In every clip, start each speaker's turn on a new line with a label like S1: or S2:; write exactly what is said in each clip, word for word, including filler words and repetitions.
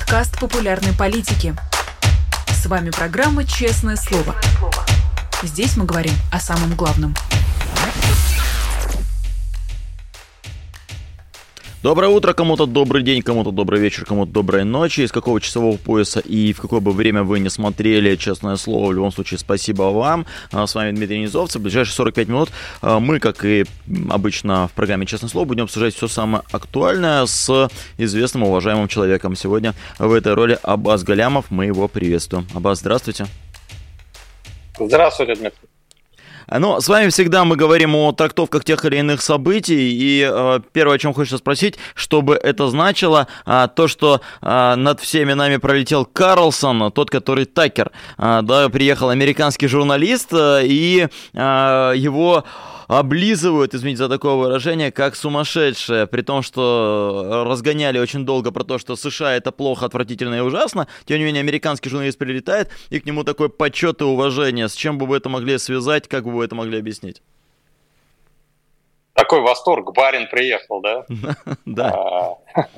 S1: подкаст популярной политики. С вами программа «Честное слово». Здесь мы говорим о самом главном.
S2: Доброе утро, кому-то добрый день, кому-то добрый вечер, кому-то доброй ночи. Из какого часового пояса и в какое бы время вы не смотрели «Честное слово», в любом случае спасибо вам. С вами Дмитрий Низовцев. В ближайшие сорок пять минут мы, как и обычно в программе «Честное слово», будем обсуждать все самое актуальное с известным уважаемым человеком. Сегодня в этой роли Аббас Галямов. Мы его приветствуем. Аббас, здравствуйте.
S3: Здравствуйте, Дмитрий.
S2: Ну, с вами всегда мы говорим о трактовках тех или иных событий, и э, первое, о чем хочется спросить, чтобы это значило, э, то, что э, над всеми нами пролетел Карлсон, тот, который Такер, э, да, приехал американский журналист, э, и э, его облизывают, извините за такое выражение, как сумасшедшие, при том, что разгоняли очень долго про то, что США это плохо, отвратительно и ужасно. Тем не менее, американский журналист прилетает, и к нему такой почет и уважение. С чем бы вы это могли связать, как бы вы это могли объяснить?
S3: Такой восторг, барин приехал, да?
S2: Да.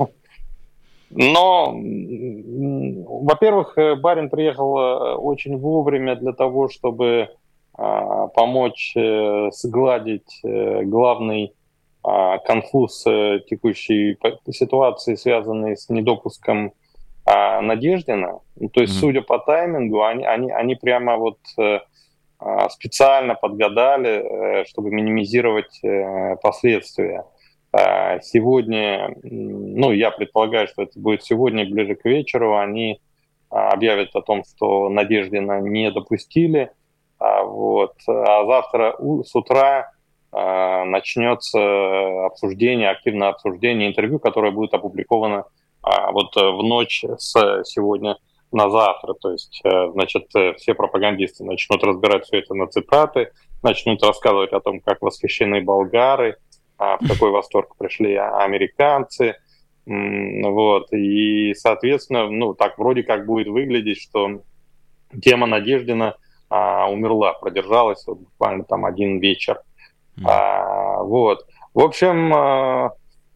S3: Но, во-первых, барин приехал очень вовремя для того, чтобы помочь сгладить главный конфуз текущей ситуации, связанный с недопуском Надеждина. То есть, mm-hmm. судя по таймингу, они, они, они прямо вот специально подгадали, чтобы минимизировать последствия. Сегодня, ну, я предполагаю, что это будет сегодня, ближе к вечеру, они объявят о том, что Надеждина не допустили. Вот. А завтра с утра э, начнется обсуждение, активное обсуждение интервью, которое будет опубликовано э, вот в ночь с сегодня на завтра. То есть, э, значит, все пропагандисты начнут разбирать все это на цитаты, начнут рассказывать о том, как восхищены болгары, э, в какой восторг пришли американцы. М- вот. И, соответственно, ну, так вроде как будет выглядеть, что тема Надеждина умерла, продержалась вот, буквально там один вечер. Mm. А, вот. В общем, а,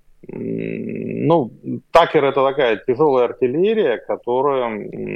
S3: ну, Такер — это такая тяжелая артиллерия, которая,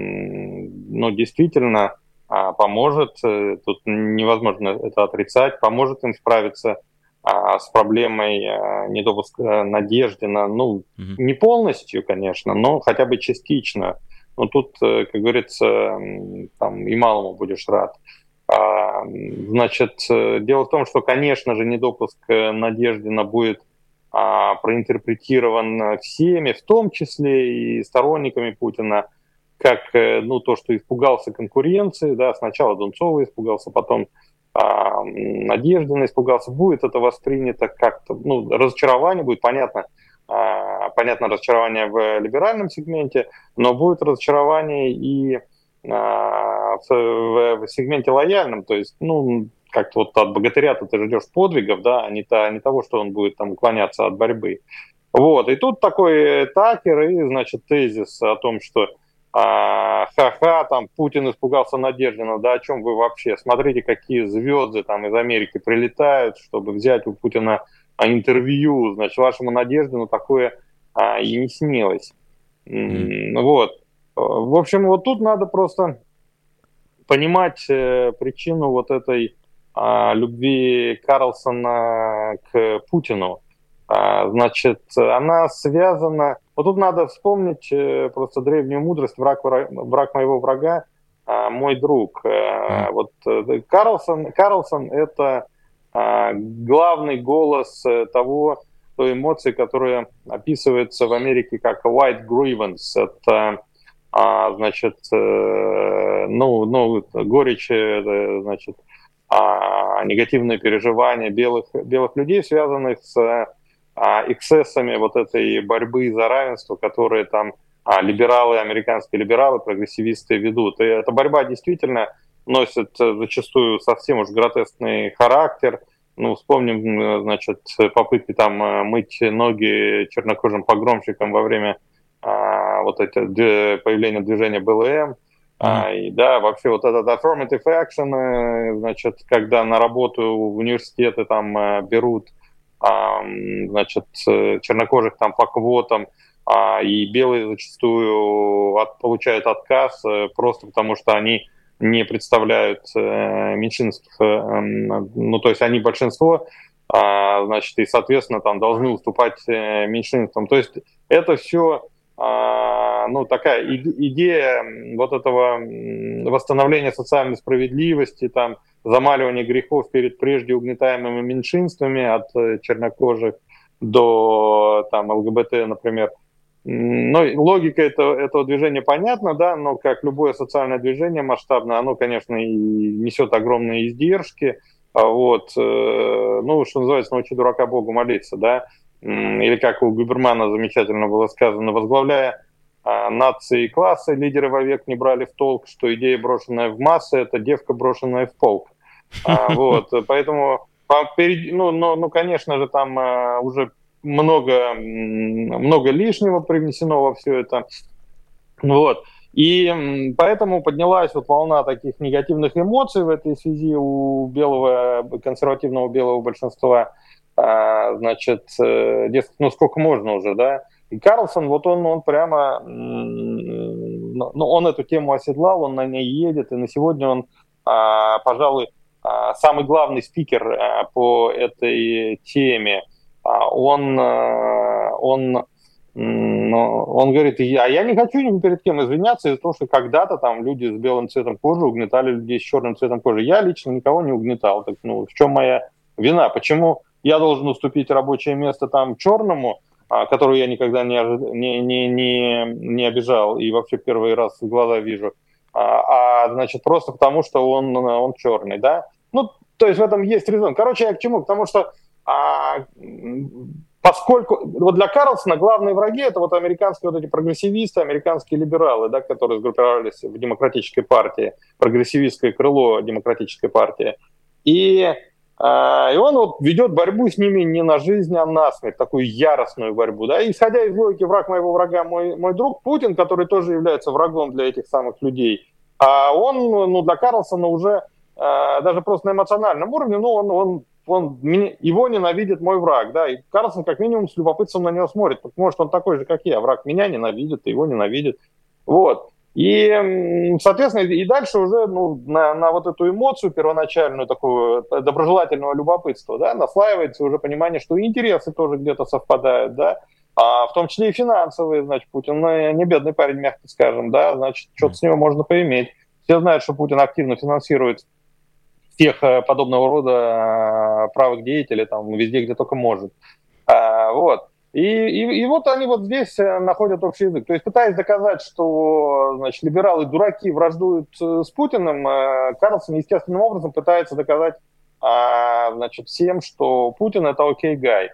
S3: ну, действительно а, поможет, тут невозможно это отрицать, поможет им справиться а, с проблемой а, недопуска Надеждина, ну, mm-hmm. не полностью, конечно, но хотя бы частично. Но тут, как говорится, там и малому будешь рад. А, значит, дело в том, что, конечно же, недопуск Надеждина будет а, проинтерпретирован всеми, в том числе и сторонниками Путина, как, ну, то, что испугался конкуренции, да, сначала Дунцова испугался, потом а, Надеждина испугался. Будет это воспринято как-то, ну, разочарование будет, понятно, понятно, разочарование в либеральном сегменте, но будет разочарование и а, в, в сегменте лояльном, то есть, ну, как-то вот от богатыря-то ты ждешь подвигов, да, а не, то, а не того, что он будет там уклоняться от борьбы. Вот, и тут такой Такер и, значит, тезис о том, что а, ха-ха, там, Путин испугался Надеждина, да о чем вы вообще? Смотрите, какие звезды там из Америки прилетают, чтобы взять у Путина интервью, значит, вашему Надеждину такое а, и не снилось. Mm. Вот. В общем, вот тут надо просто понимать э, причину вот этой а, любви Карлсона к Путину. А, значит, она связана... Вот тут надо вспомнить э, просто древнюю мудрость «Враг, враг моего врага, а, мой друг». Mm. Вот э, Карлсон, Карлсон — это главный голос того, той эмоции, которая описывается в Америке как white grievance. Это, значит, ну, ну горечь, значит, негативные переживания белых, белых людей, связанных с эксцессами вот этой борьбы за равенство, которые там либералы, американские либералы, прогрессивисты ведут. И эта борьба действительно носит зачастую совсем уж гротескный характер. Ну, вспомним, значит, попытки там мыть ноги чернокожим погромщикам во время а, вот это появления движения бэ эл эм. Mm-hmm. А, и да, вообще вот этот affirmative action, значит, когда на работу в университеты там берут значит, чернокожих там по квотам, и белые зачастую от, получают отказ просто потому, что они не представляют меньшинств, ну, то есть они большинство, значит, и, соответственно, там должны уступать меньшинствам. То есть это все, ну, такая идея вот этого восстановления социальной справедливости, там, замаливания грехов перед прежде угнетаемыми меньшинствами от чернокожих до там ЛГБТ, например. Ну, логика этого, этого движения понятна, да, но как любое социальное движение масштабное, оно, конечно, и несет огромные издержки. Вот, ну, что называется, научи дурака Богу молиться, да, или как у Губермана замечательно было сказано, возглавляя нации и классы, лидеры вовек не брали в толк, что идея, брошенная в массы, это девка, брошенная в полк. Вот, поэтому, ну, ну, ну, конечно же, там уже много, много лишнего привнесено во все это. Вот. И поэтому поднялась вот волна таких негативных эмоций в этой связи у белого, консервативного белого большинства. Значит, дескать, ну сколько можно уже, да? И Карлсон, вот он, он прямо, ну, он эту тему оседлал, он на ней едет, и на сегодня он, пожалуй, самый главный спикер по этой теме. Он, он, он говорит, а я не хочу ни перед кем извиняться из-за того, что когда-то там люди с белым цветом кожи угнетали людей с черным цветом кожи. Я лично никого не угнетал. Так, ну, в чем моя вина? Почему я должен уступить рабочее место там черному, которую я никогда не, не, не, не, не обижал и вообще первый раз в глаза вижу, а, а значит, просто потому, что он, он черный, да? Ну, то есть в этом есть резон. Короче, я к чему? Потому что А, поскольку вот для Карлсона главные враги это вот американские вот эти прогрессивисты, американские либералы, да, которые сгруппировались в демократической партии, прогрессивистское крыло демократической партии. И, а, и он вот ведет борьбу с ними не на жизнь, а на смерть, такую яростную борьбу. Да? И исходя из логики враг моего врага мой, мой друг Путин, который тоже является врагом для этих самых людей, а он, ну, для Карлсона уже а, даже просто на эмоциональном уровне, ну, он, он Он, его ненавидит мой враг, да, и Карлсон как минимум с любопытством на него смотрит, может, он такой же, как я, враг меня ненавидит, его ненавидит, вот, и, соответственно, и дальше уже, ну, на, на вот эту эмоцию первоначальную, такую доброжелательного любопытства, да, наслаивается уже понимание, что интересы тоже где-то совпадают, да, а в том числе и финансовые, значит, Путин, ну, не бедный парень, мягко скажем, да, значит, что-то с него можно поиметь, все знают, что Путин активно финансирует тех подобного рода правых деятелей там везде, где только может. А, вот. И, и, и вот они вот здесь находят общий язык. То есть пытаясь доказать, что, значит, либералы дураки враждуют с Путиным, Карлсон естественным образом пытается доказать, а, значит, всем, что Путин это окей гай.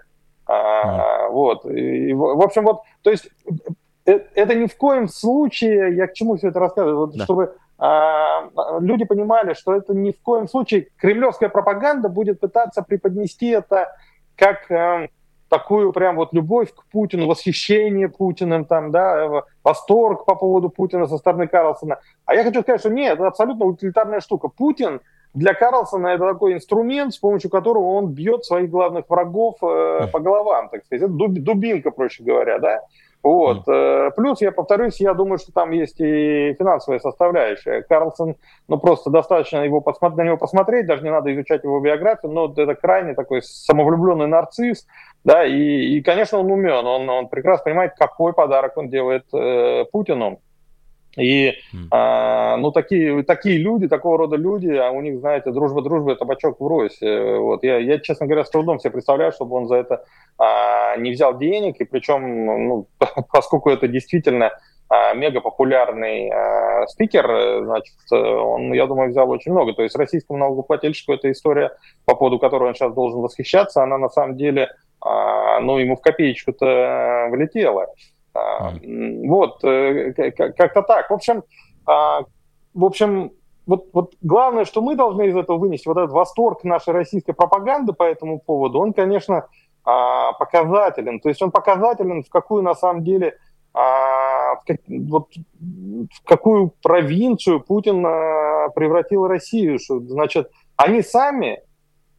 S3: А, вот. И, в общем, вот, то есть это ни в коем случае, я к чему все это рассказываю, вот, да. чтобы люди понимали, что это ни в коем случае кремлевская пропаганда будет пытаться преподнести это как э, такую прям вот любовь к Путину, восхищение Путиным, там, да, восторг по поводу Путина со стороны Карлсона. А я хочу сказать, что нет, это абсолютно утилитарная штука. Путин для Карлсона это такой инструмент, с помощью которого он бьет своих главных врагов э, по головам, так сказать. Это дубинка, проще говоря, да. Вот. Mm. Плюс, я повторюсь, я думаю, что там есть и финансовая составляющая. Карлсон, ну просто достаточно его посмотреть, на него посмотреть, даже не надо изучать его биографию, но это крайне такой самовлюбленный нарцисс, да, и, и конечно, он умен, он, он прекрасно понимает, какой подарок он делает э, Путину. И, mm. а, ну, такие, такие люди, такого рода люди, а у них, знаете, дружба-дружба, табачок врозь. Вот. Я, я, честно говоря, с трудом себе представляю, чтобы он за это а, не взял денег, и причем, ну, поскольку это действительно а, мега-популярный а, спикер, значит, он, я думаю, взял очень много. То есть российскому налогоплательщику эта история, по поводу которой он сейчас должен восхищаться, она на самом деле, а, ну, ему в копеечку-то влетела. Mm. Вот, как-то так. В общем, в общем, вот, вот главное, что мы должны из этого вынести, вот этот восторг нашей российской пропаганды по этому поводу, он, конечно, показателен. То есть он показателен, в какую на самом деле, в, как, вот, в какую провинцию Путин превратил Россию. Что, значит, они сами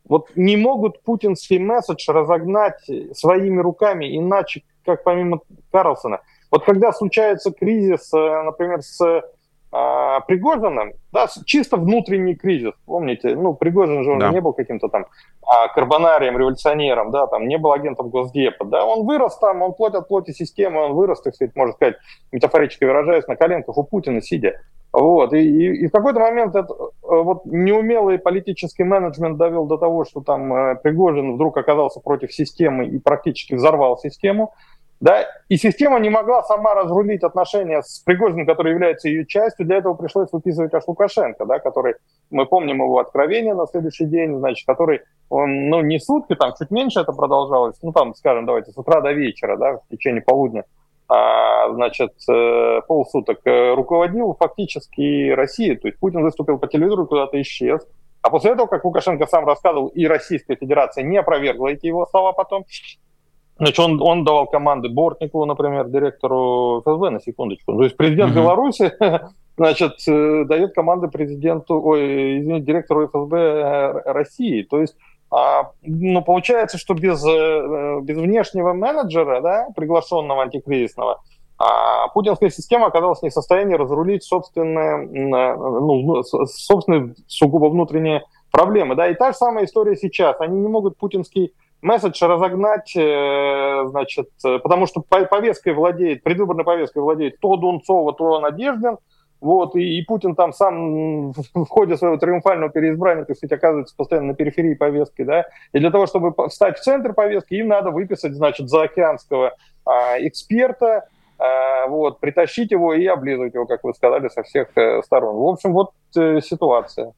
S3: вот не могут путинский месседж разогнать своими руками, иначе, как помимо Карлсона. Вот когда случается кризис, например, с а, Пригожиным, да, чисто внутренний кризис, помните, ну, Пригожин же он
S2: Да.
S3: не был каким-то там а, карбонарием, революционером, да, там, не был агентом Госдепа, да, он вырос там, он плоть от плоти системы, он вырос, так сказать, можно сказать, метафорически выражаясь, на коленках у Путина сидя. Вот, и, и, и в какой-то момент это, вот, неумелый политический менеджмент довел до того, что там э, Пригожин вдруг оказался против системы и практически взорвал систему, да, и система не могла сама разрулить отношения с Пригожиным, который является ее частью, для этого пришлось выписывать аж Лукашенко, да, который, мы помним его откровение на следующий день, значит, который, он, ну, не сутки, там, чуть меньше это продолжалось, ну, там, скажем, давайте, с утра до вечера, да, в течение полудня, а, значит, полсуток руководил фактически Россией, то есть Путин выступил по телевизору, куда-то исчез, а после этого, как Лукашенко сам рассказывал, и Российская Федерация не опровергла эти его слова потом, значит, он, он давал команды Бортникову, например, директору эф эс бэ, на секундочку. То есть президент uh-huh. Беларуси, значит, дает команды президенту, ой, извините, директору эф эс бэ России. То есть, а, ну, получается, что без, без внешнего менеджера, да, приглашенного антикризисного, а путинская система оказалась не в состоянии разрулить собственные, ну, собственные сугубо внутренние проблемы. Да? И та же самая история сейчас. Они не могут путинский месседж разогнать, значит, потому что повесткой владеет, предвыборной повесткой владеет то Дунцова, то Надеждин, вот, и, и Путин там сам в ходе своего триумфального переизбрания, так сказать, оказывается постоянно на периферии повестки, да, и для того, чтобы встать в центр повестки, им надо выписать, значит, заокеанского а, эксперта, а, вот, притащить его и облизывать его, как вы сказали, со всех э, сторон. В общем, вот э, ситуация.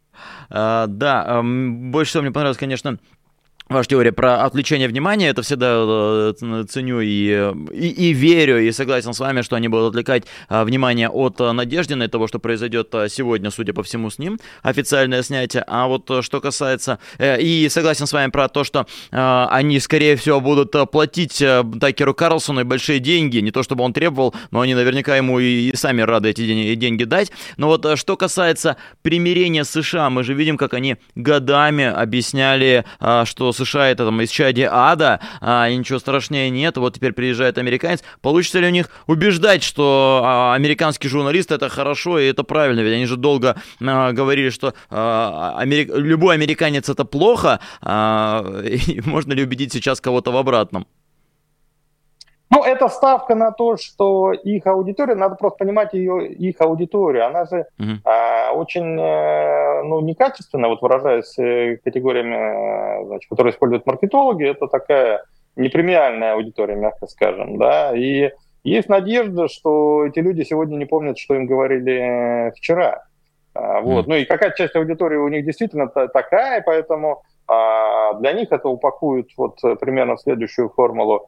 S2: А, да, э, больше всего мне понравилось, конечно, ваша теория про отвлечение внимания. Это всегда ценю и, и, и верю, и согласен с вами, что они будут отвлекать внимание от Надеждина и того, что произойдет сегодня, судя по всему, с ним, официальное снятие. А вот что касается... И согласен с вами про то, что они, скорее всего, будут платить Такеру Карлсону большие деньги. Не то, чтобы он требовал, но они наверняка ему и сами рады эти деньги дать. Но вот что касается примирения с США, мы же видим, как они годами объясняли, что США это там исчадие ада, а, и ничего страшнее нет, вот теперь приезжает американец. Получится ли у них убеждать, что а, американский журналист это хорошо и это правильно? Ведь они же долго а, говорили, что а, амери... любой американец это плохо, а, и можно ли убедить сейчас кого-то в обратном?
S3: Ну, это ставка на то, что их аудитория, надо просто понимать ее, их аудиторию, она же uh-huh. а, очень, ну, некачественно, вот выражаясь категориями, значит, которые используют маркетологи, это такая непремиальная аудитория, мягко скажем, да, и есть надежда, что эти люди сегодня не помнят, что им говорили вчера, а, вот, uh-huh. ну и какая-то часть аудитории у них действительно такая, поэтому... А для них это упакуют вот примерно в следующую формулу.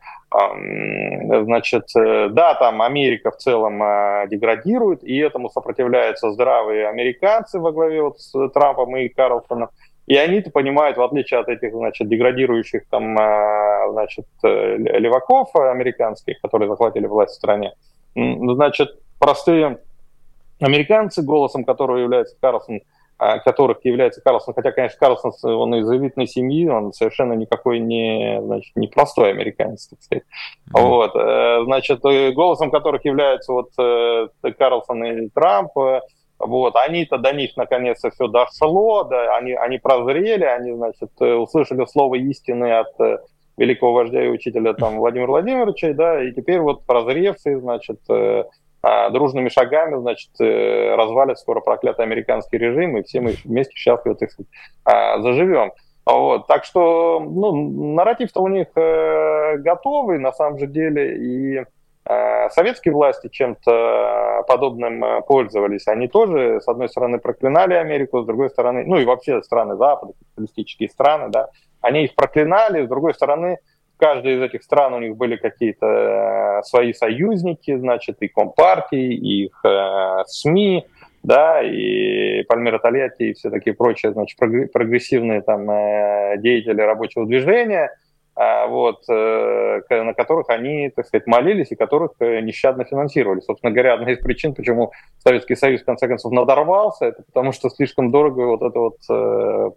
S3: Значит, да, там Америка в целом деградирует, и этому сопротивляются здравые американцы во главе вот с Трампом и Карлсоном. И они-то понимают, в отличие от этих, значит, деградирующих там, значит, леваков американских, которые захватили власть в стране, значит, простые американцы, голосом которого является Карлсон, которых является Карлсон, хотя, конечно, Карлсон, он из элитной семьи, он совершенно никакой не, значит, не простой американец, так сказать. Mm-hmm. Вот, значит, голосом которых являются вот Карлсон и Трамп, вот, они-то до них наконец-то все дошло, да, они, они прозрели, они, значит, услышали слово истины от великого вождя и учителя там Владимира Владимировича, да, и теперь вот прозревшие, значит, дружными шагами, значит, развалит скоро проклятый американский режим, и все мы вместе счастливо, так сказать, заживем. Вот. Так что, ну, нарратив-то у них готовый, на самом же деле, и советские власти чем-то подобным пользовались. Они тоже, с одной стороны, проклинали Америку, с другой стороны, ну и вообще страны Запада, капиталистические страны, да, они их проклинали, с другой стороны, в каждой из этих стран у них были какие-то свои союзники, значит, и компартии, и их э, СМИ, да, и Пальмира Тольятти, и все такие прочие, значит, прогрессивные там э, деятели рабочего движения, э, вот, э, на которых они, так сказать, молились и которых э, нещадно финансировали. Собственно говоря, одна из причин, почему Советский Союз, в конце концов, надорвался, это потому что слишком дорого вот это вот... Э,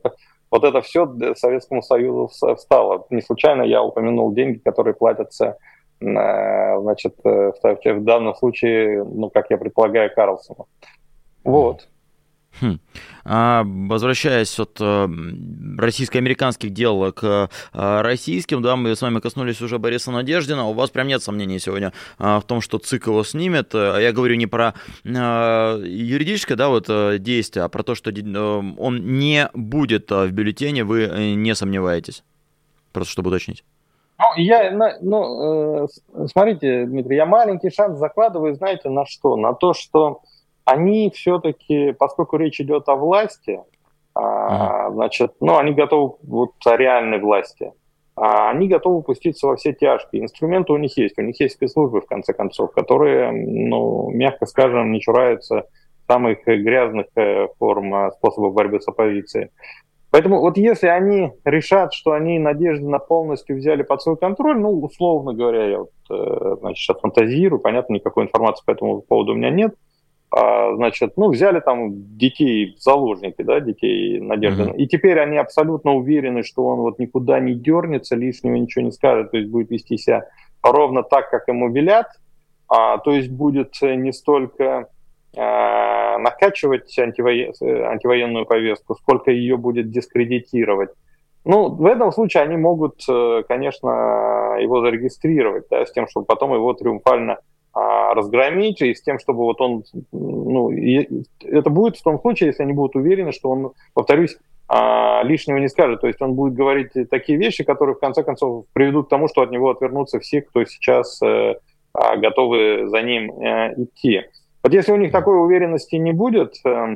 S3: вот это все Советскому Союзу встало. Не случайно я упомянул деньги, которые платятся, значит, в данном случае, ну, как я предполагаю, Карлсону. Вот.
S2: Хм. А, возвращаясь от э, российско-американских дел к э, российским, да, мы с вами коснулись уже Бориса Надеждина. У вас прям нет сомнений сегодня э, в том, что ЦИК его снимет. А я говорю не про э, юридическое, да, вот, э, действие, а про то, что э, он не будет э, в бюллетене, вы э, не сомневаетесь? Просто чтобы уточнить.
S3: Ну, я, ну, э, смотрите, Дмитрий, я маленький шанс закладываю, знаете, на что? На то, что они все-таки, поскольку речь идет о власти, а, значит, ну, они готовы, вот, о реальной власти, а, они готовы пуститься во все тяжкие. Инструменты у них есть, у них есть спецслужбы, в конце концов, которые, ну, мягко скажем, не чураются самых грязных форм, способов борьбы с оппозицией. Поэтому вот если они решат, что они Надеждина полностью взяли под свой контроль, ну, условно говоря, я вот, значит, сейчас фантазирую, понятно, никакой информации по этому поводу у меня нет, а, значит, ну, взяли там детей в заложники, да, детей Надеждина, mm-hmm. и теперь они абсолютно уверены, что он вот никуда не дернется, лишнего ничего не скажет, то есть будет вести себя ровно так, как ему велят, а, то есть будет не столько а, накачивать антивоен... антивоенную повестку, сколько ее будет дискредитировать. Ну, в этом случае они могут, конечно, его зарегистрировать, да, с тем, чтобы потом его триумфально разгромить, и с тем, чтобы вот он, ну, и это будет в том случае, если они будут уверены, что он, повторюсь, лишнего не скажет. То есть он будет говорить такие вещи, которые в конце концов приведут к тому, что от него отвернутся все, кто сейчас готовы за ним идти. Вот если у них такой уверенности не будет,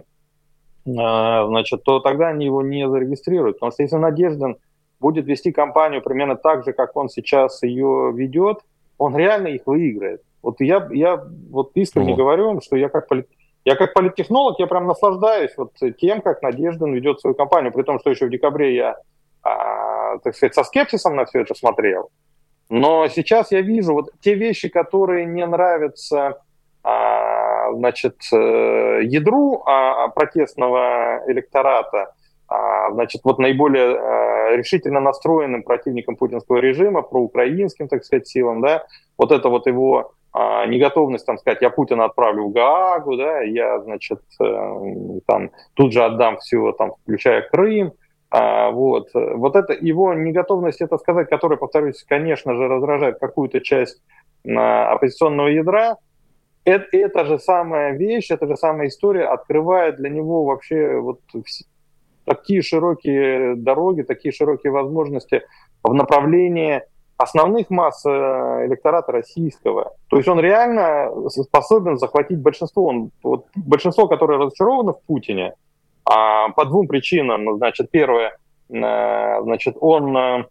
S3: значит, то тогда они его не зарегистрируют. Потому что если Надеждин будет вести кампанию примерно так же, как он сейчас ее ведет, он реально их выиграет. Вот я, я вот искренне О. говорю вам, что я как, полит... я как политтехнолог, я прям наслаждаюсь вот тем, как Надеждин ведет свою кампанию, при том, что еще в декабре я, а, так сказать, со скепсисом на все это смотрел. Но сейчас я вижу вот те вещи, которые не нравятся, а, значит, ядру а, протестного электората, а, значит, вот наиболее а, решительно настроенным противникам путинского режима, проукраинским, так сказать, силам, да, вот это вот его а, неготовность, там, сказать, я Путина отправлю в Гаагу, да, я, значит, э, там, тут же отдам все, там, включая Крым, а, вот, вот это его неготовность это сказать, которая, повторюсь, конечно же, раздражает какую-то часть а, оппозиционного ядра, это, это же самая вещь, эта же самая история открывает для него вообще вот такие широкие дороги, такие широкие возможности в направлении основных масс электората российского. То есть он реально способен захватить большинство. Он, вот, большинство, которое разочаровано в Путине, а, по двум причинам. Значит, первое, значит, он,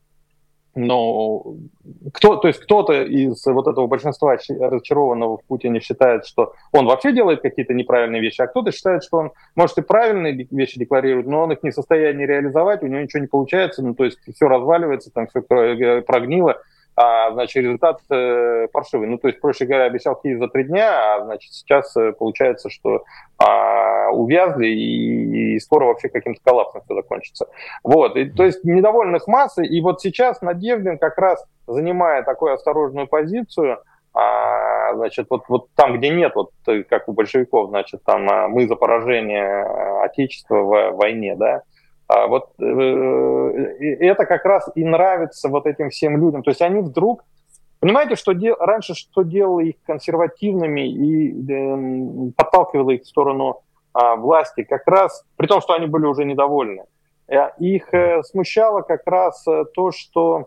S3: ну, кто, то есть кто-то из вот этого большинства разочарованного в Путине считает, что он вообще делает какие-то неправильные вещи, а кто-то считает, что он, может, и правильные вещи декларирует, но он их не в состоянии реализовать, у него ничего не получается, ну, то есть все разваливается, там все прогнило, а, значит, результат э, паршивый. Ну, то есть, проще говоря, обещал Киев за три дня, а, значит, сейчас э, получается, что а, увязли, и, и скоро вообще каким-то коллапсом все закончится. Вот, и, то есть, недовольных массы, и вот сейчас Надеждин как раз, занимая такую осторожную позицию, а, значит, вот, вот там, где нет, вот как у большевиков, значит, там мы за поражение Отечества в войне, да, а вот э, это как раз и нравится вот этим всем людям. То есть они вдруг, понимаете, что дел, раньше что делало их консервативными и э, подталкивало их в сторону э, власти, как раз, при том, что они были уже недовольны, э, их э, смущало как раз э, то, что,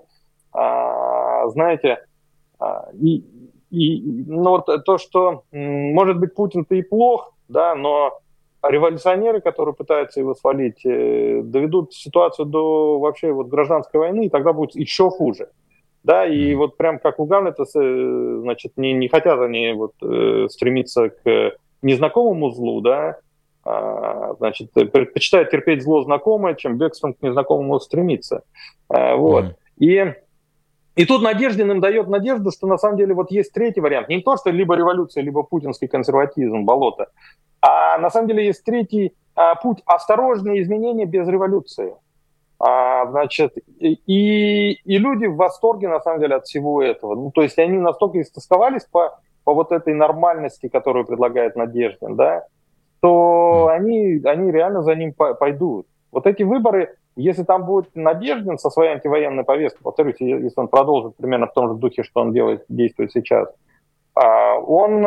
S3: э, знаете, э, и, и, ну, вот, то, что, э, может быть, Путин-то и плох, да, но революционеры, которые пытаются его свалить, доведут ситуацию до вообще вот гражданской войны, и тогда будет еще хуже. Да, и вот прям как у Гамлета, значит, не, не хотят они вот стремиться к незнакомому злу, да, а, значит, предпочитают терпеть зло знакомое, чем бегством к незнакомому стремиться. А, вот. Mm. И И тут Надеждин им дает надежду, что на самом деле вот есть третий вариант. Не то, что либо революция, либо путинский консерватизм, болото. А на самом деле есть третий а, путь – осторожные изменения без революции. А, значит, и, и люди в восторге, на самом деле, от всего этого. Ну, то есть они настолько истосковались по, по вот этой нормальности, которую предлагает Надеждин, да, то они, они реально за ним пойдут. Вот эти выборы, если там будет Надеждин со своей антивоенной повесткой, повторюсь, если он продолжит примерно в том же духе, что он делает, действует сейчас, он...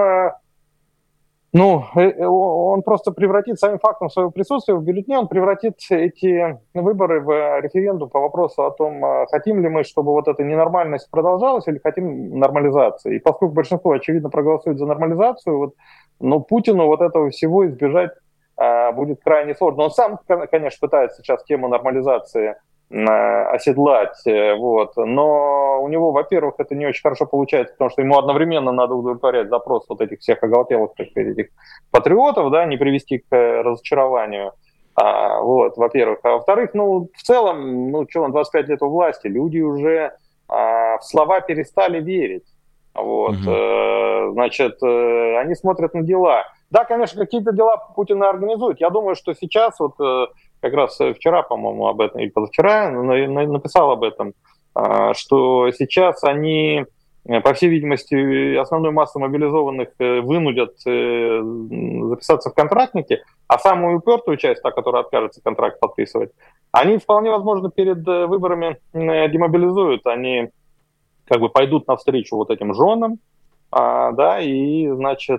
S3: Ну, он просто превратит самим фактом своего присутствия в бюллетене, он превратит эти выборы в референдум по вопросу о том, хотим ли мы, чтобы вот эта ненормальность продолжалась, или хотим нормализации. И поскольку большинство, очевидно, проголосует за нормализацию, вот, ну, Путину вот этого всего избежать а, будет крайне сложно. Он сам, конечно, пытается сейчас тему нормализации оседлать, вот. Но у него, во-первых, это не очень хорошо получается, потому что ему одновременно надо удовлетворять запрос вот этих всех оголтелых, так сказать, этих патриотов, да, не привести к разочарованию, а, вот, во-первых. А во-вторых, ну, в целом, ну, что, он двадцать пять лет у власти, люди уже а, в слова перестали верить, вот, mm-hmm. э, значит, э, они смотрят на дела. Да, конечно, какие-то дела Путин организует. Я думаю, что сейчас вот как раз вчера, по-моему, об этом, и позавчера написал об этом, что сейчас они, по всей видимости, основную массу мобилизованных вынудят записаться в контрактники, а самую упертую часть, та, которая откажется контракт подписывать, они вполне возможно перед выборами демобилизуют, они как бы пойдут навстречу вот этим женам, А, да, и, значит,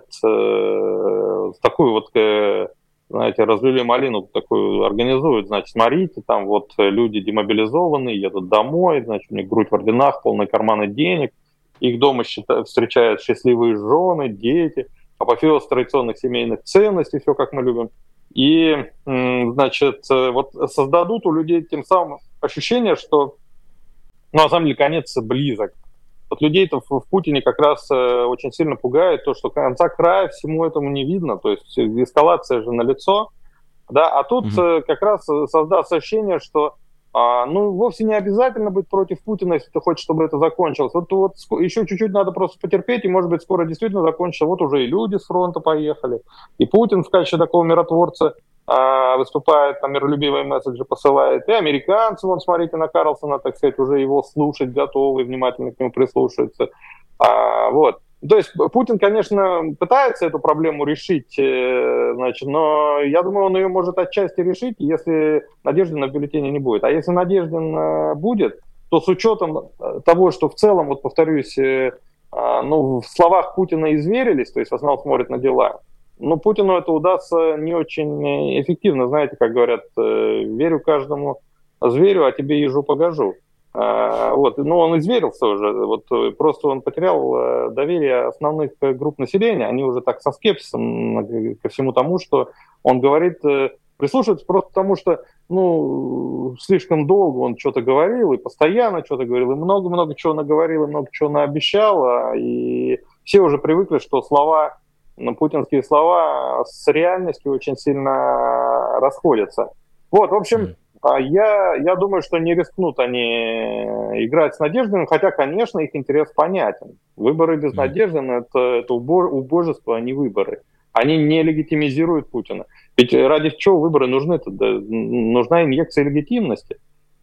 S3: э, такую вот, э, знаете, разлили малину такую организуют, значит, смотрите, там вот люди демобилизованные, едут домой, значит, у них грудь в орденах, полные карманы денег, их дома считают, встречают счастливые жены, дети, апофеоз традиционных семейных ценностей, все как мы любим. И, э, значит, вот создадут у людей тем самым ощущение, что, ну, на самом деле, конец близок. Вот людей-то в, в Путине как раз э, очень сильно пугает то, что конца края всему этому не видно, то есть эскалация же налицо, да, а тут mm-hmm. э, как раз создастся ощущение, что э, ну, вовсе не обязательно быть против Путина, если ты хочешь, чтобы это закончилось. Вот, вот еще чуть-чуть надо просто потерпеть, и, может быть, скоро действительно закончится. Вот уже и люди с фронта поехали, и Путин в качестве такого миротворца выступает, там миролюбивые месседжи посылает, и американцы, вон, смотрите на Карлсона, так сказать, уже его слушать готовы, внимательно к нему прислушиваются. А, вот. То есть Путин, конечно, пытается эту проблему решить, значит, но я думаю, он ее может отчасти решить, если Надеждина в бюллетене не будет. А если Надеждин будет, то с учетом того, что в целом, вот повторюсь, ну, в словах Путина изверились, то есть в основном смотрят на дела, но Путину это удастся не очень эффективно. Знаете, как говорят, верю каждому зверю, а тебе ежу погожу. Вот. Но он изверился уже. Вот просто он потерял доверие основных групп населения. Они уже так со скепсисом ко всему тому, что он говорит, прислушиваются просто потому, что ну, слишком долго он что-то говорил, и постоянно что-то говорил, и много-много чего наговорил, и много чего наобещал. И все уже привыкли, что слова... Но путинские слова с реальностью очень сильно расходятся. Вот, в общем, я, я думаю, что не рискнут они играть с Надеждиным, хотя, конечно, их интерес понятен. Выборы без Надеждина – это, это убожество, а не выборы. Они не легитимизируют Путина. Ведь ради чего выборы нужны-то? Да, нужна инъекция легитимности.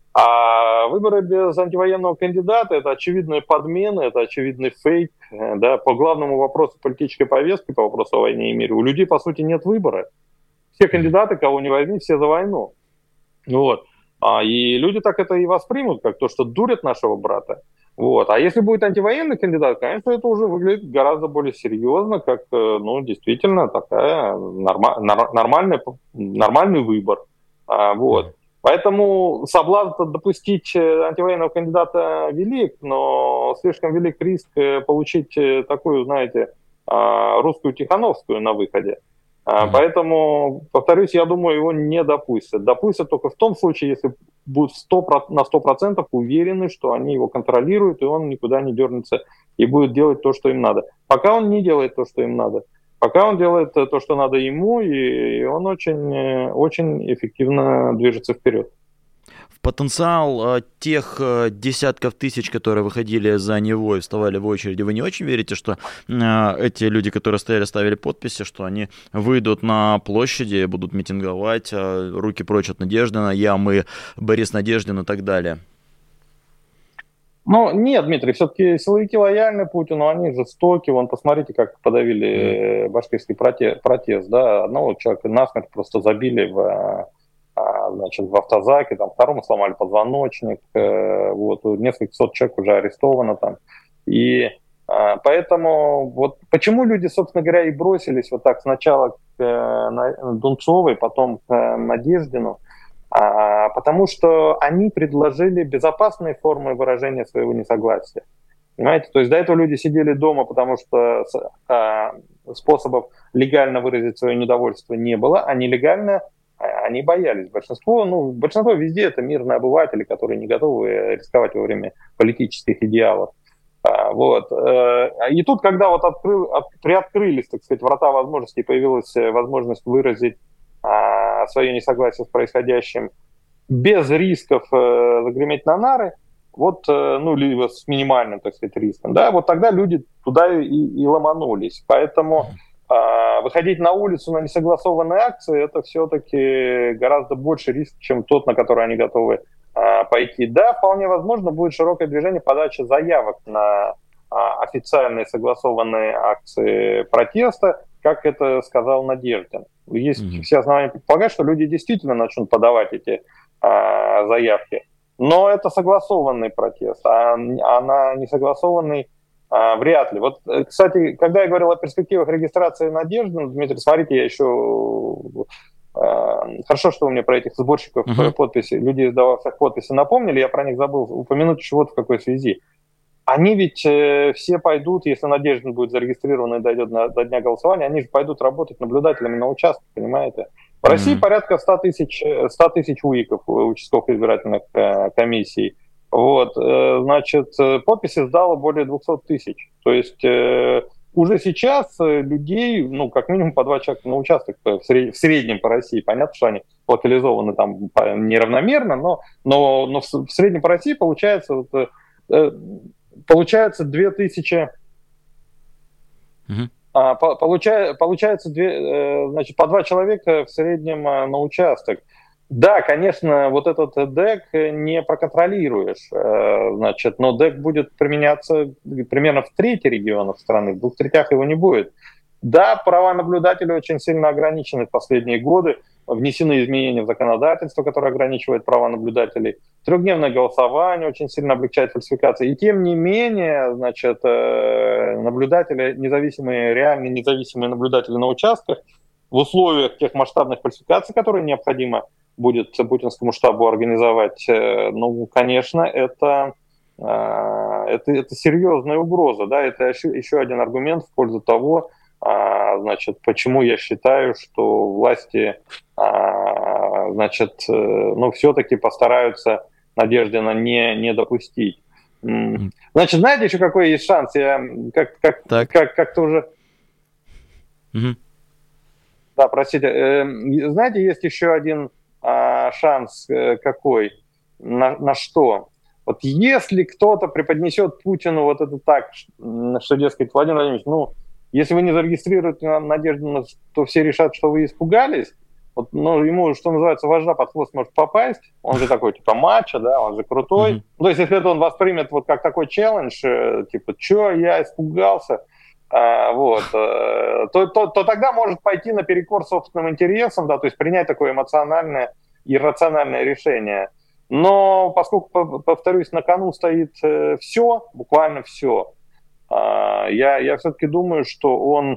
S3: А выборы без антивоенного кандидата – это очевидная подмена, это очевидный фейк. Да, по главному вопросу политической повестки, по вопросу о войне и мире, у людей, по сути, нет выбора. Все кандидаты, кого не возьми, все за войну. Вот. А, и люди так это и воспримут, как то, что дурят нашего брата. Вот. А если будет антивоенный кандидат, конечно, это уже выглядит гораздо более серьезно, как, ну, действительно, такая норма- нормальная, нормальный выбор. А, вот. Поэтому соблазн допустить антивоенного кандидата велик, но слишком велик риск получить такую, знаете, русскую Тихановскую на выходе. Mm-hmm. Поэтому, повторюсь, я думаю, его не допустят. Допустят только в том случае, если будут на сто процентов уверены, что они его контролируют, и он никуда не дернется и будет делать то, что им надо. Пока он не делает то, что им надо. Пока он делает то, что надо ему, и он очень, очень эффективно движется вперед.
S2: потенциал тех десятков тысяч, которые выходили за него и вставали в очереди, вы не очень верите, что эти люди, которые стояли, ставили подписи, что они выйдут на площади, будут митинговать, руки прочь от Надеждина, я, мы, Борис Надеждин и так далее?
S3: Ну, нет, Дмитрий, все-таки силовики лояльны Путину, они жестоки. Вон, посмотрите, как подавили башкирский протест, протест, да, одного человека насмерть просто забили в, значит, в автозаке, там, второму сломали позвоночник, вот, несколько сот человек уже арестовано там. И поэтому, вот, почему люди, собственно говоря, и бросились вот так сначала к Дунцовой, потом к Надеждину, А, потому что они предложили безопасные формы выражения своего несогласия. Понимаете? То есть до этого люди сидели дома, потому что а, способов легально выразить свое недовольство не было, а нелегально а, они боялись. Большинство, ну, большинство везде это мирные обыватели, которые не готовы рисковать во время политических идеалов. А, вот. И тут, когда вот открыл, от, приоткрылись, так сказать, врата возможностей, появилась возможность выразить свое несогласие с происходящим без рисков э, загреметь на нары, вот, э, ну, либо с минимальным, так сказать, риском, да, вот тогда люди туда и, и ломанулись. Поэтому э, выходить на улицу на несогласованные акции – это все-таки гораздо больше риск, чем тот, на который они готовы э, пойти. Да, вполне возможно, будет широкое движение подачи заявок на э, официальные согласованные акции протеста, как это сказал Надеждин. Есть mm-hmm. все основания предполагать, что люди действительно начнут подавать эти а, заявки. Но это согласованный протест, а, а на несогласованный а, вряд ли. Вот, кстати, когда я говорил о перспективах регистрации Надеждина, Дмитрий, смотрите, я еще... А, хорошо, что вы мне про этих сборщиков mm-hmm. подписей, людей, сдававших подписи, напомнили, я про них забыл упомянуть еще вот в какой связи. Они ведь э, все пойдут, если Надеждин будет зарегистрирован и дойдет на, до дня голосования, они же пойдут работать наблюдателями на участке, понимаете? В России mm-hmm. порядка ста тысяч УИКов, участковых избирательных э, комиссий. Вот, э, значит, подписи сдало более двухсот тысяч. То есть э, уже сейчас людей, ну, как минимум по два человека на участок в, сред... в среднем по России. Понятно, что они локализованы там неравномерно, но, но, но в, в среднем по России получается... Вот, э, Получается две тысячи, uh-huh. а, по, получая, получается две, значит, по два человека в среднем на участок. Да, конечно, вот этот ДЭК не проконтролируешь, значит, но ДЭК будет применяться примерно в трети регионов страны, в двух третях его не будет. Да, права наблюдателей очень сильно ограничены в последние годы. Внесены изменения в законодательство, которое ограничивает права наблюдателей. Трехдневное голосование очень сильно облегчает фальсификации. И тем не менее, значит, наблюдатели, независимые, реально независимые наблюдатели на участках в условиях тех масштабных фальсификаций, которые необходимо будет путинскому штабу организовать, ну, конечно, это, это, это серьезная угроза. Да? Это еще, еще один аргумент в пользу того, значит, почему я считаю, что власти, значит, ну, все-таки постараются Надеждина не, не допустить. Значит, знаете, еще какой есть шанс? Я как, как, как, как-то уже...
S2: Угу.
S3: Да, простите. Знаете, есть еще один шанс какой? На, на что? Вот если кто-то преподнесет Путину вот это так, что, дескать, Владимир Владимирович, ну, если вы не зарегистрируете Надеждина, то все решат, что вы испугались. Вот, ну, ему, что называется, вожжа под хвост может попасть. Он же такой, типа, мачо, да, он же крутой. Mm-hmm. Ну, то есть, если это он воспримет вот как такой челлендж, типа, чё, я испугался, а, вот, а, то, то, то тогда может пойти наперекор собственным интересам, да, то есть принять такое эмоциональное, иррациональное решение. Но поскольку, повторюсь, на кону стоит все, буквально все, Я, я все-таки думаю, что он,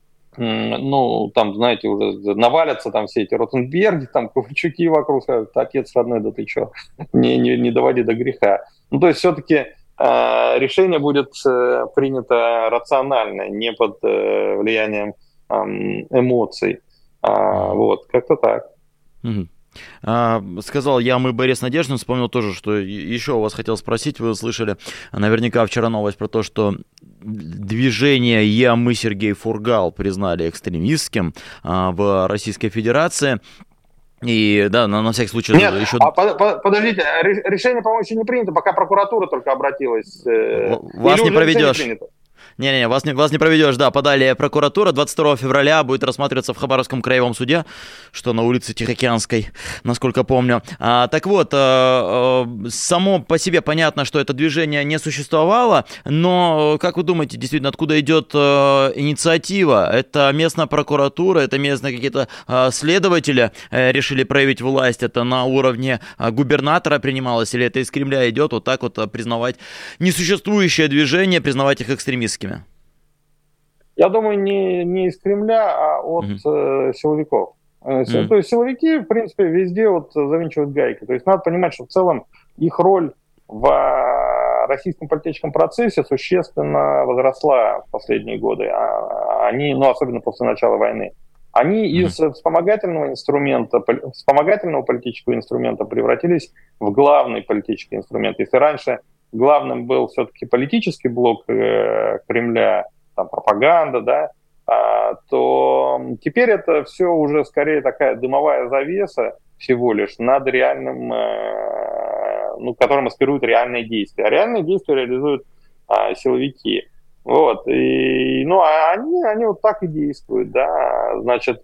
S3: ну, там, знаете, уже навалятся там все эти Ротенберги, там, Ковальчуки вокруг, скажут, отец родной, да ты что, не, не, не доводи до греха. Ну, то есть все-таки э, решение будет э, принято рационально, не под э, влиянием э, эмоций. А, вот, как-то так.
S2: Mm-hmm. А, сказал я, мы, Борис Надеждин, вспомнил тоже, что еще у вас хотел спросить, вы слышали наверняка вчера новость про то, что движение «Я, мы, Сергей Фургал» признали экстремистским а, в Российской Федерации. И да, на, на всякий случай
S3: Нет,
S2: еще...
S3: а, по, по, подождите, решение, по-моему, еще не принято, пока прокуратура только обратилась. Э,
S2: Вас не проведешь.
S3: Не
S2: Не-не, вас не, вас не проведешь, да, подали прокуратура, двадцать второго февраля будет рассматриваться в Хабаровском краевом суде, что на улице Тихоокеанской, насколько помню. А, так вот, а, а, само по себе понятно, что это движение не существовало, но, как вы думаете, действительно, откуда идет а, инициатива? Это местная прокуратура, это местные какие-то а, следователи а, решили проявить власть, это на уровне а, губернатора принималось, или это из Кремля идет вот так вот а, признавать несуществующее движение, признавать их экстремистскими?
S3: Я думаю, не, не из Кремля, а от mm-hmm. э, силовиков. Mm-hmm. То есть силовики, в принципе, везде вот завинчивают гайки. То есть надо понимать, что в целом их роль в российском политическом процессе существенно возросла в последние годы. Они, ну, особенно после начала войны. Они mm-hmm. из вспомогательного инструмента, вспомогательного политического инструмента превратились в главный политический инструмент. Если раньше главным был все-таки политический блок э, Кремля, там, пропаганда, да, а, то теперь это все уже скорее такая дымовая завеса всего лишь над реальным, э, ну, которым маскируют реальные действия. А реальные действия реализуют а, силовики. Вот. И, ну, а они, они вот так и действуют, да, значит,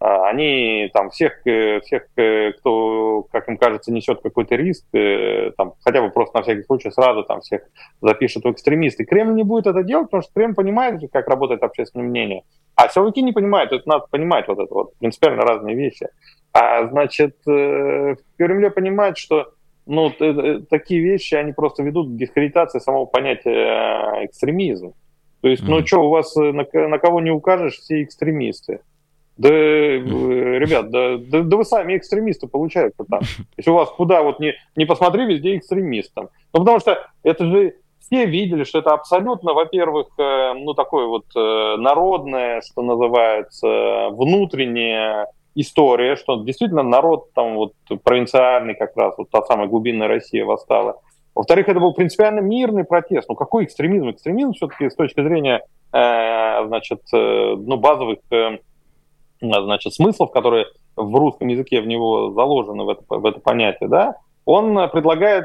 S3: они там всех, всех, кто, как им кажется, несет какой-то риск, там, хотя бы просто на всякий случай сразу там всех запишут в экстремисты. Кремль не будет это делать, потому что Кремль понимает, как работает общественное мнение. А силовики не понимают, это надо понимать, вот это вот принципиально разные вещи. А значит, в Кремле понимают, что ну, такие вещи, они просто ведут к дискредитации самого понятия экстремизм. То есть, mm-hmm. ну что, у вас на, на кого не укажешь, все экстремисты. Да, ребят, да, да, да вы сами экстремисты, получается там. Если у вас куда вот не, не посмотри, везде экстремист там. Ну, потому что это же все видели, что это абсолютно, во-первых, э, ну, такое вот э, народное, что называется, внутренняя история, что действительно народ там вот провинциальный как раз, вот та самая глубинная Россия восстала. Во-вторых, это был принципиально мирный протест. Ну, какой экстремизм? Экстремизм все-таки с точки зрения, э, значит, э, ну, базовых... Э, значит, смыслов, которые в русском языке в него заложены, в это, в это понятие, да, он предлагает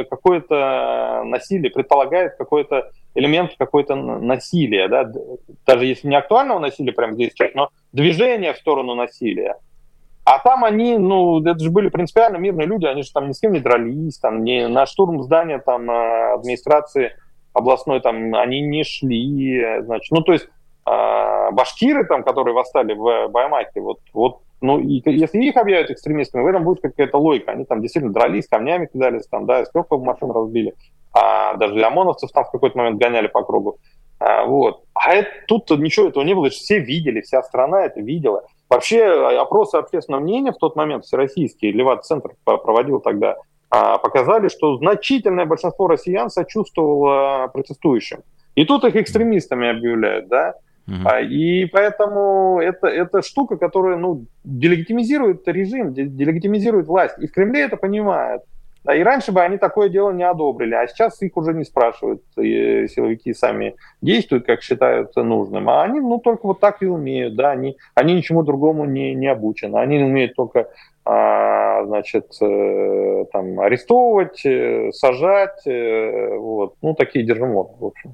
S3: какое-то насилие, предполагает какой-то элемент, какое-то насилие, да, даже если не актуального насилия прямо здесь сейчас, но движение в сторону насилия. А там они, ну, это же были принципиально мирные люди, они же там ни с кем не дрались, там, не на штурм здания там администрации областной там они не шли, значит, ну, то есть башкиры, там, которые восстали в Баймаке, вот, вот, ну, и если их объявят экстремистами, в этом будет какая-то логика. Они там действительно дрались, камнями кидались, там, да, стекла в машину разбили, а даже ОМОНовцев там в какой-то момент гоняли по кругу. А, вот. А это, тут ничего этого не было, все видели, вся страна это видела. Вообще опросы общественного мнения в тот момент, всероссийский, Левада-центр проводил тогда, показали, что значительное большинство россиян сочувствовало протестующим. И тут их экстремистами объявляют, да. Uh-huh. И поэтому это, это штука, которая ну, делегитимизирует режим, делегитимизирует власть. И в Кремле это понимают. Да, и раньше бы они такое дело не одобрили, а сейчас их уже не спрашивают. И силовики сами действуют, как считают нужным. А они ну, только вот так и умеют. Да, они, они ничему другому не, не обучены. Они умеют только а, значит, э, там, арестовывать, э, сажать. Э, вот. Ну, такие держиморды, в общем.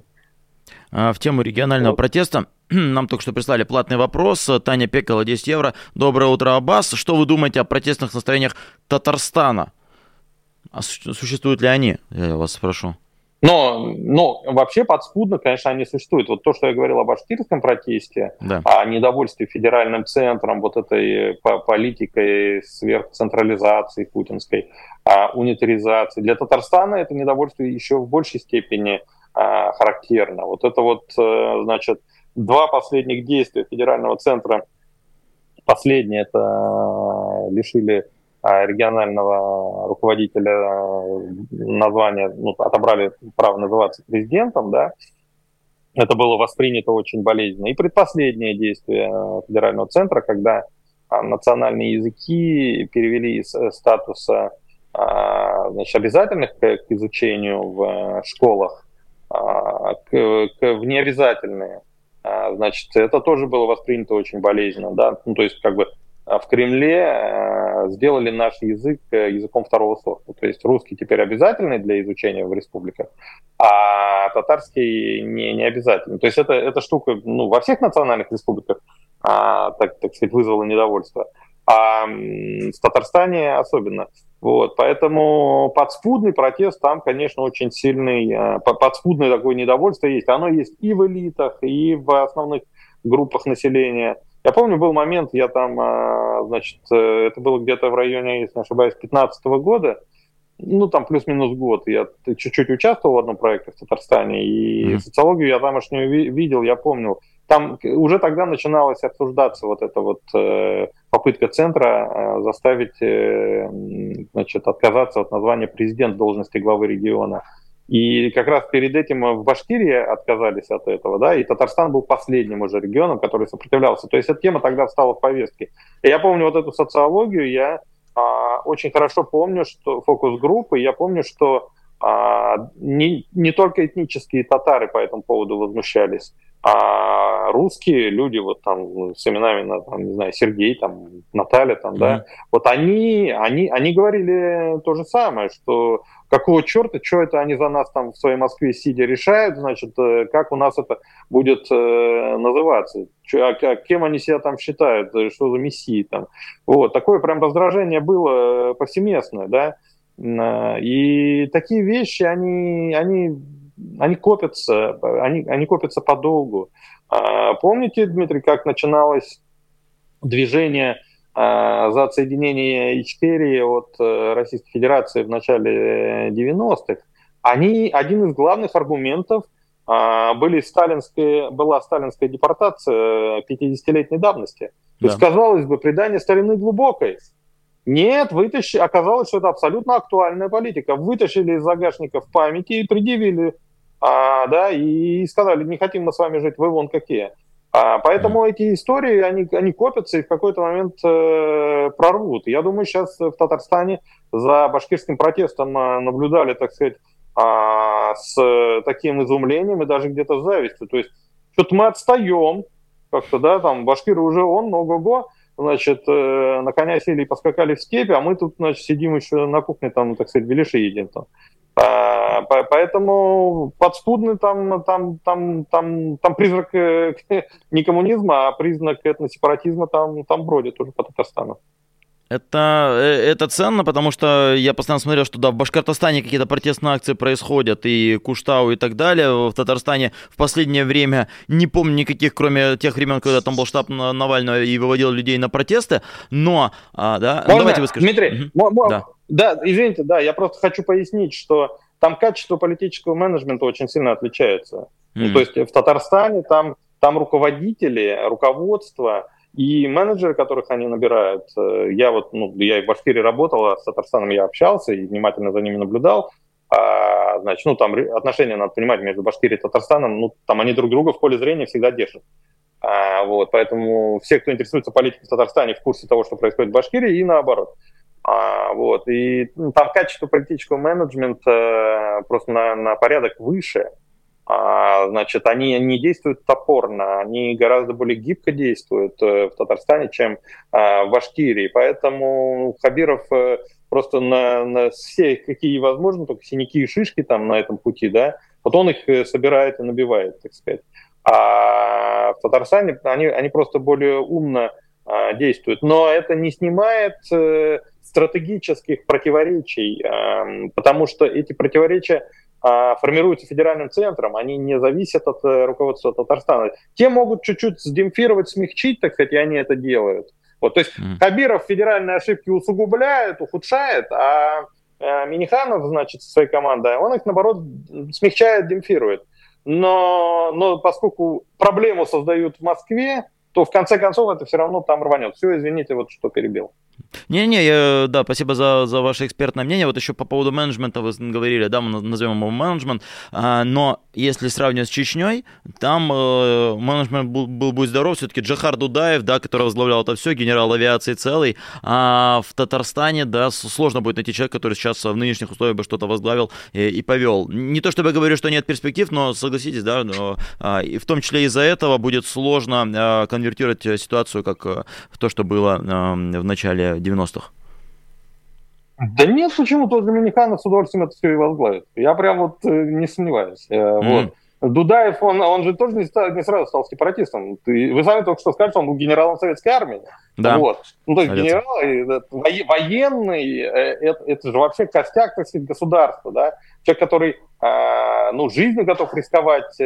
S2: В тему регионального вот. протеста нам только что прислали платный вопрос. Таня Пекала, десять евро. Доброе утро, Аббас. Что вы думаете о протестных настроениях Татарстана? А существуют ли они? Я вас спрошу.
S3: Но, но вообще подспудно, конечно, они существуют. Вот то, что я говорил о башкирском протесте, да. О недовольстве федеральным центром, вот этой политикой сверхцентрализации путинской, унитаризации. Для Татарстана это недовольство еще в большей степени характерно. Вот это вот, значит, два последних действия федерального центра. Последнее это лишили регионального руководителя названия, ну, отобрали право называться президентом, да. Это было воспринято очень болезненно. И предпоследнее действие федерального центра, когда национальные языки перевели из статуса, значит, обязательных к изучению в школах К, к, в необязательные, значит, это тоже было воспринято очень болезненно, да, ну, то есть, как бы, в Кремле сделали наш язык языком второго сорта. То есть русский теперь обязательный для изучения в республиках, а татарский не, не обязательный. То есть это, эта штука ну, во всех национальных республиках а, так, так сказать, вызвала недовольство, а в Татарстане особенно. Вот, поэтому подспудный протест там, конечно, очень сильный, подспудное такое недовольство есть. Оно есть и в элитах, и в основных группах населения. Я помню, был момент, я там, значит, это было где-то в районе, если не ошибаюсь, пятнадцатого года, ну, там плюс-минус год, я чуть-чуть участвовал в одном проекте в Татарстане, и mm-hmm. социологию я тамошнюю видел, я помню. Там уже тогда начиналась обсуждаться вот эта вот э, попытка центра э, заставить, э, значит, отказаться от названия президент должности главы региона. И как раз перед этим в Башкирии отказались от этого, да, и Татарстан был последним уже регионом, который сопротивлялся. То есть эта тема тогда встала в повестке. И я помню вот эту социологию, я а, очень хорошо помню, что фокус-группы, я помню, что а, не, не только этнические татары по этому поводу возмущались, а русские люди, вот там с именами, там, не знаю, Сергей, там, Наталья, там, mm-hmm. да, вот они, они, они говорили то же самое, что какого черта, что это они за нас там в своей Москве сидя решают, значит, как у нас это будет э, называться, Че, а, кем они себя там считают, что за мессии там. Вот, такое прям раздражение было повсеместное, да, и такие вещи, они, они Они копятся, они, они копятся подолгу. Помните, Дмитрий, как начиналось движение за отсоединение Ичкерии от Российской Федерации в начале девяностых? Они, один из главных аргументов были сталинские, была сталинская депортация пятидесятилетней давности. То есть, да. казалось бы, предание старины глубокой. Нет, вытащи... оказалось, что это абсолютно актуальная политика. Вытащили из загашников памяти и предъявили, а, да, и сказали, не хотим мы с вами жить, вы вон какие. А, поэтому mm. эти истории, они, они копятся и в какой-то момент э, прорвут. Я думаю, сейчас в Татарстане за башкирским протестом наблюдали, так сказать, а, с таким изумлением и даже где-то с завистью. То есть что-то мы отстаем, как-то, да, там башкиры уже он, ого-го. Значит, э, на коня сели и поскакали в степи, а мы тут, значит, сидим еще на кухне, там, так сказать, беляши едим там. А, по, поэтому подспудный там, там, там, там, там признак э, не коммунизма, а признак этносепаратизма там, там бродит уже по Татарстану.
S2: Это, это ценно, потому что я постоянно смотрел, что да, в Башкортостане какие-то протестные акции происходят, и Куштау и так далее. В Татарстане в последнее время не помню никаких, кроме тех времен, когда там был штаб Навального и выводил людей на протесты. Но, а, да,
S3: Можно?
S2: давайте вы скажите.
S3: Дмитрий, угу. м- м- да. да, извините, да, я просто хочу пояснить, что там качество политического менеджмента очень сильно отличается. Mm. Ну, то есть в Татарстане там, там руководители, руководство и менеджеры, которых они набирают, я вот, ну, я и в Башкирии работал, а с Татарстаном я общался и внимательно за ними наблюдал. А, значит, ну, там отношения, надо понимать, между Башкирией и Татарстаном, ну, там они друг друга в поле зрения всегда держат. А, вот, поэтому все, кто интересуется политикой в Татарстане, в курсе того, что происходит в Башкирии, и наоборот. А, вот, и ну, там качество политического менеджмента просто на, на порядок выше. А, значит, они не действуют топорно, они гораздо более гибко действуют в Татарстане, чем а, в Башкирии. Поэтому Хабиров просто на, на все, какие возможно, только синяки и шишки там на этом пути, да, вот он их собирает и набивает, так сказать. А в Татарстане они, они просто более умно а, действуют. Но это не снимает э, стратегических противоречий, э, потому что эти противоречия формируются федеральным центром, они не зависят от руководства Татарстана. Те могут чуть-чуть сдемпфировать, смягчить, так сказать, и они это делают. Вот, то есть mm. Хабиров федеральные ошибки усугубляет, ухудшает, а Миниханов, значит, со своей командой, он их, наоборот, смягчает, демпфирует. Но, но поскольку проблему создают в Москве, то в конце концов это все равно там рванет. Все, извините, вот что перебил.
S2: Не-не, да, спасибо за, за ваше экспертное мнение. Вот еще по поводу менеджмента вы говорили, да, мы назовем его менеджмент, но если сравнивать с Чечней, там менеджмент был, был будь здоров, все-таки Джохар Дудаев, да, который возглавлял это все, генерал авиации целый, а в Татарстане, да, сложно будет найти человека, который сейчас в нынешних условиях бы что-то возглавил и, и повел. Не то чтобы я говорю, что нет перспектив, но согласитесь, да, но, и в том числе из-за этого будет сложно конвертировать ситуацию как в то, что было в начале девяностых.
S3: Да нет, почему-то Доминиканов с удовольствием это все и возглавит. Я прям вот не сомневаюсь. Mm. Вот. Дудаев, он, он же тоже не, стал, не сразу стал сепаратистом. Ты, вы сами только что сказали, что он был генералом советской армии. Да. Вот. Ну, то есть генерал, военный, это, это же вообще костяк, так сказать, государства. Да? Человек, который ну, жизнью готов рисковать,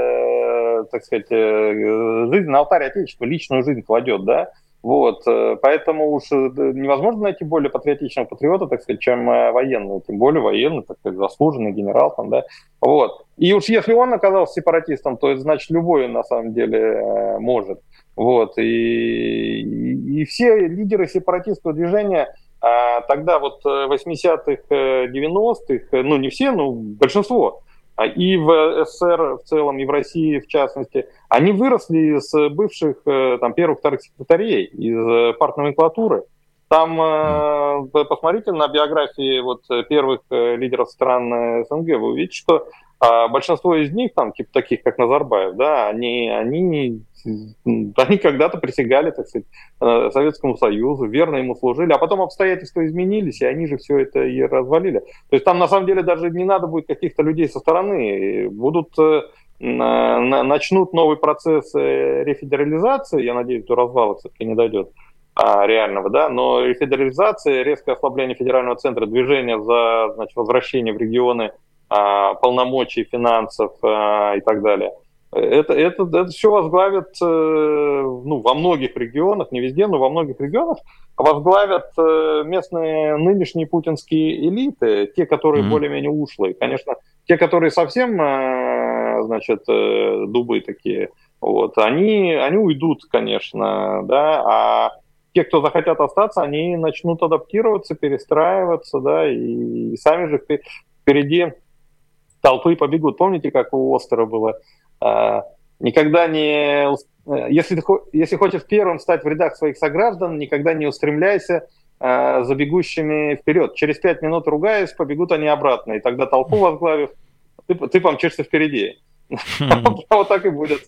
S3: так сказать, жизнь на алтарь Отечества, личную жизнь кладет, да. Вот, поэтому уж невозможно найти более патриотичного патриота, так сказать, чем военный, тем более военный, так сказать, заслуженный генерал там, да, вот. И уж если он оказался сепаратистом, то это значит любой на самом деле может, вот. И, и, и все лидеры сепаратистского движения а, тогда вот восьмидесятых, девяностых, ну не все, но большинство. И в СССР в целом, и в России в частности, они выросли из бывших там, первых-вторых секретарей, из партноменклатуры. Там, э, посмотрите на биографии вот, первых лидеров стран СНГ, вы увидите, что э, большинство из них, там, типа таких, как Назарбаев, да, они, они, они когда-то присягали, так сказать, Советскому Союзу, верно ему служили, а потом обстоятельства изменились, и они же все это и развалили. То есть там, на самом деле, даже не надо будет каких-то людей со стороны. Будут, э, начнут новый процесс рефедерализации, я надеюсь, до развала все-таки не дойдет, реального, да, но федерализация, резкое ослабление федерального центра движения за, значит, возвращение в регионы а, полномочий, финансов а, и так далее. Это, это, это все возглавят ну, во многих регионах, не везде, но во многих регионах возглавят местные нынешние путинские элиты, те, которые mm-hmm. более-менее ушлые. Конечно, те, которые совсем, значит, дубы такие, вот, они, они уйдут, конечно, да, а те, кто захотят остаться, они начнут адаптироваться, перестраиваться, да, и сами же впереди толпы побегут. Помните, как у Остера было? Никогда не... Если, ты, если хочешь первым стать в рядах своих сограждан, никогда не устремляйся за бегущими вперед. Через пять минут, ругаясь, побегут они обратно. И тогда толпу возглавив, ты, ты помчишься впереди. Вот так и будет.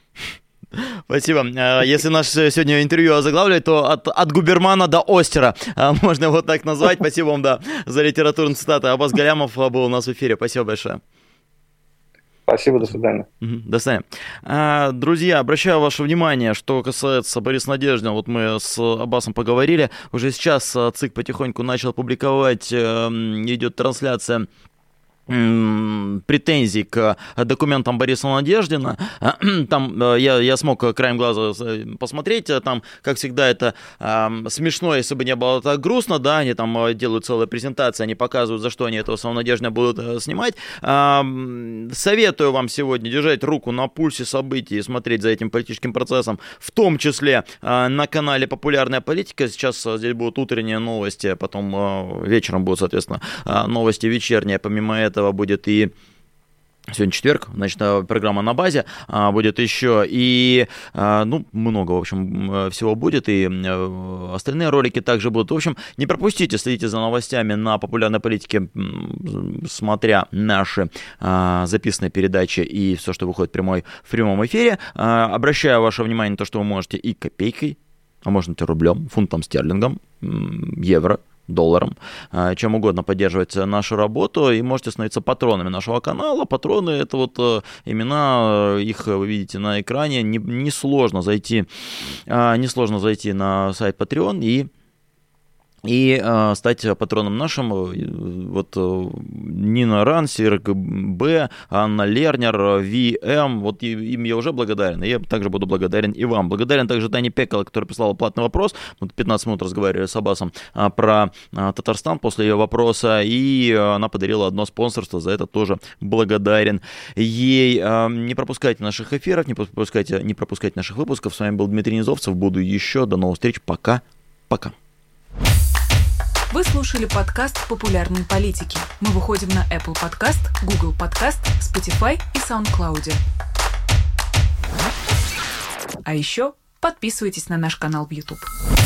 S2: Спасибо. Если наше сегодня интервью озаглавливать, то от, от Губермана до Остера можно вот так назвать. Спасибо вам, да, за литературные цитаты. Аббас Галямов был у нас в эфире. Спасибо большое.
S3: Спасибо, до свидания.
S2: До свидания. Друзья, обращаю ваше внимание, что касается Бориса Надеждина, вот мы с Аббасом поговорили, уже сейчас ЦИК потихоньку начал публиковать, идет трансляция претензий к документам Бориса Надеждина. Там я, я смог краем глаза посмотреть, там, как всегда, это э, смешно, если бы не было так грустно, да, они там делают целые презентации, они показывают, за что они этого самого Надеждина будут снимать. Э, советую вам сегодня держать руку на пульсе событий и смотреть за этим политическим процессом, в том числе э, на канале «Популярная политика». Сейчас здесь будут утренние новости, потом э, вечером будут, соответственно, э, новости вечерние, помимо этого этого будет и сегодня четверг, значит, программа «На базе» будет еще, и, ну, много, в общем, всего будет, и остальные ролики также будут. В общем, не пропустите, следите за новостями на «Популярной политике», смотря наши записанные передачи и все, что выходит прямой, в прямом эфире. Обращаю ваше внимание на то, что вы можете и копейкой, а можно и рублем, фунтом стерлингом, евро, долларом, чем угодно поддерживать нашу работу, и можете становиться патронами нашего канала. Патроны — это вот имена, их вы видите на экране. Несложно зайти, несложно зайти на сайт Patreon и и э, стать патроном нашим. Вот э, Нина Рансер, Б, Анна Лернер, Ви Эм, вот им я уже благодарен, и я также буду благодарен и вам. Благодарен также Тане Пекала, которая прислала платный вопрос. Мы пятнадцать минут разговаривали с Аббасом а, про а, Татарстан после ее вопроса, и а, она подарила одно спонсорство, за это тоже благодарен ей. А, не пропускайте наших эфиров, не пропускайте, не пропускайте наших выпусков. С вами был Дмитрий Низовцев, буду еще. До новых встреч, пока, пока.
S1: Вы слушали подкаст «Популярные политики». Мы выходим на Apple Podcast, Google Podcast, Spotify и SoundCloud. А еще подписывайтесь на наш канал в YouTube.